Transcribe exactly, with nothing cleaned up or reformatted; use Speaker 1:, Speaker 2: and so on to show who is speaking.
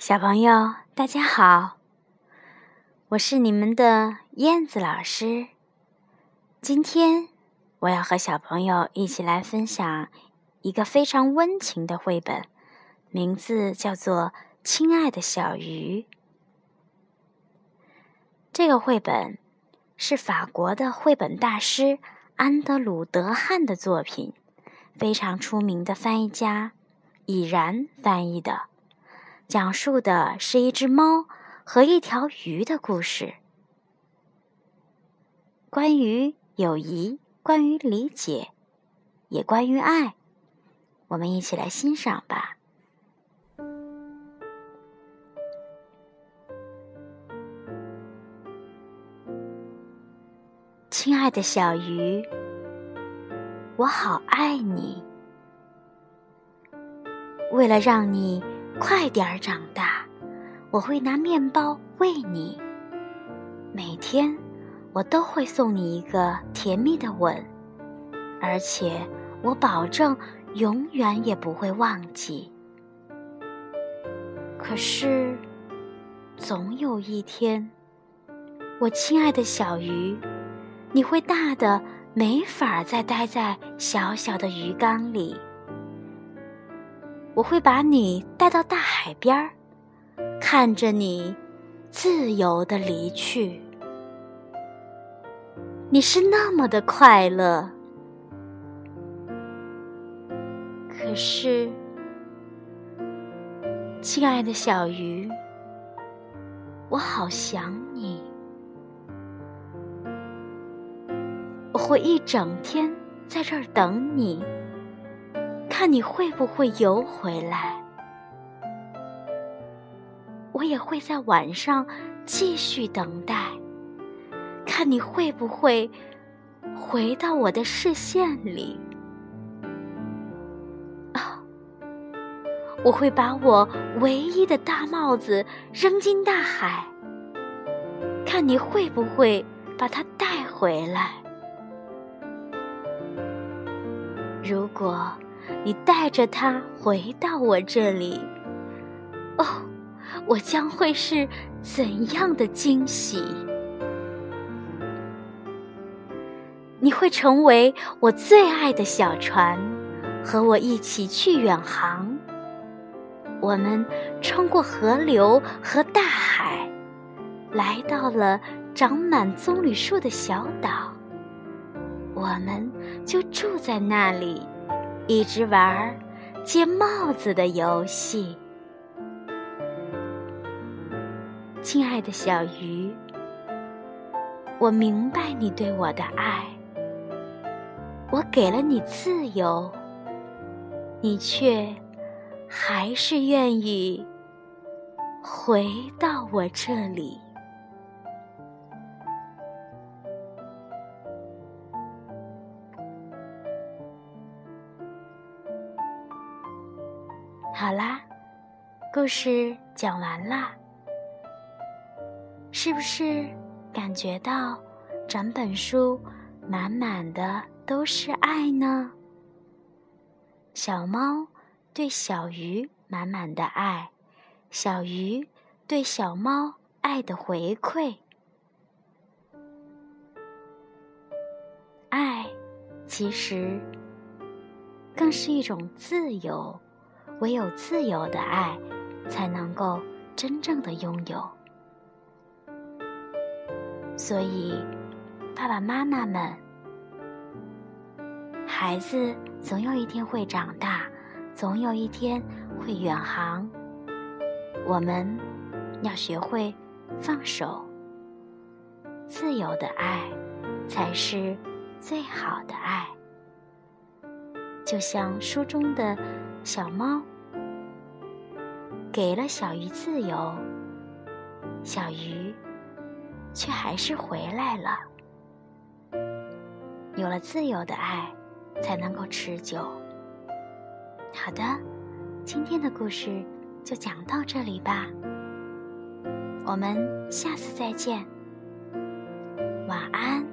Speaker 1: 小朋友，大家好，我是你们的燕子老师。今天我要和小朋友一起来分享一个非常温情的绘本，名字叫做《亲爱的小鱼》。这个绘本是法国的绘本大师安德鲁·德汉的作品，非常出名的翻译家已然翻译的。讲述的是一只猫和一条鱼的故事，关于友谊，关于理解，也关于爱。我们一起来欣赏吧。亲爱的小鱼，我好爱你。为了让你快点儿长大，我会拿面包喂你。每天我都会送你一个甜蜜的吻，而且我保证永远也不会忘记。可是，总有一天，我亲爱的小鱼，你会大的没法再待在小小的鱼缸里。我会把你带到大海边儿，看着你自由地离去。你是那么的快乐，可是，亲爱的小鱼，我好想你。我会一整天在这儿等你，看你会不会游回来。我也会在晚上继续等待，看你会不会回到我的视线里。啊，我会把我唯一的大帽子扔进大海，看你会不会把它带回来。如果你带着它回到我这里，哦，我将会是怎样的惊喜！你会成为我最爱的小船，和我一起去远航。我们穿过河流和大海，来到了长满棕榈树的小岛。我们就住在那里，一直玩接帽子的游戏。亲爱的小鱼，我明白你对我的爱，我给了你自由，你却还是愿意回到我这里。好啦，故事讲完啦。是不是感觉到整本书满满的都是爱呢？小猫对小鱼满满的爱，小鱼对小猫爱的回馈。爱其实更是一种自由，唯有自由的爱才能够真正的拥有。所以爸爸妈妈们，孩子总有一天会长大，总有一天会远航，我们要学会放手。自由的爱才是最好的爱。就像书中的小猫给了小鱼自由，小鱼却还是回来了。有了自由的爱，才能够持久。好的，今天的故事就讲到这里吧，我们下次再见，晚安。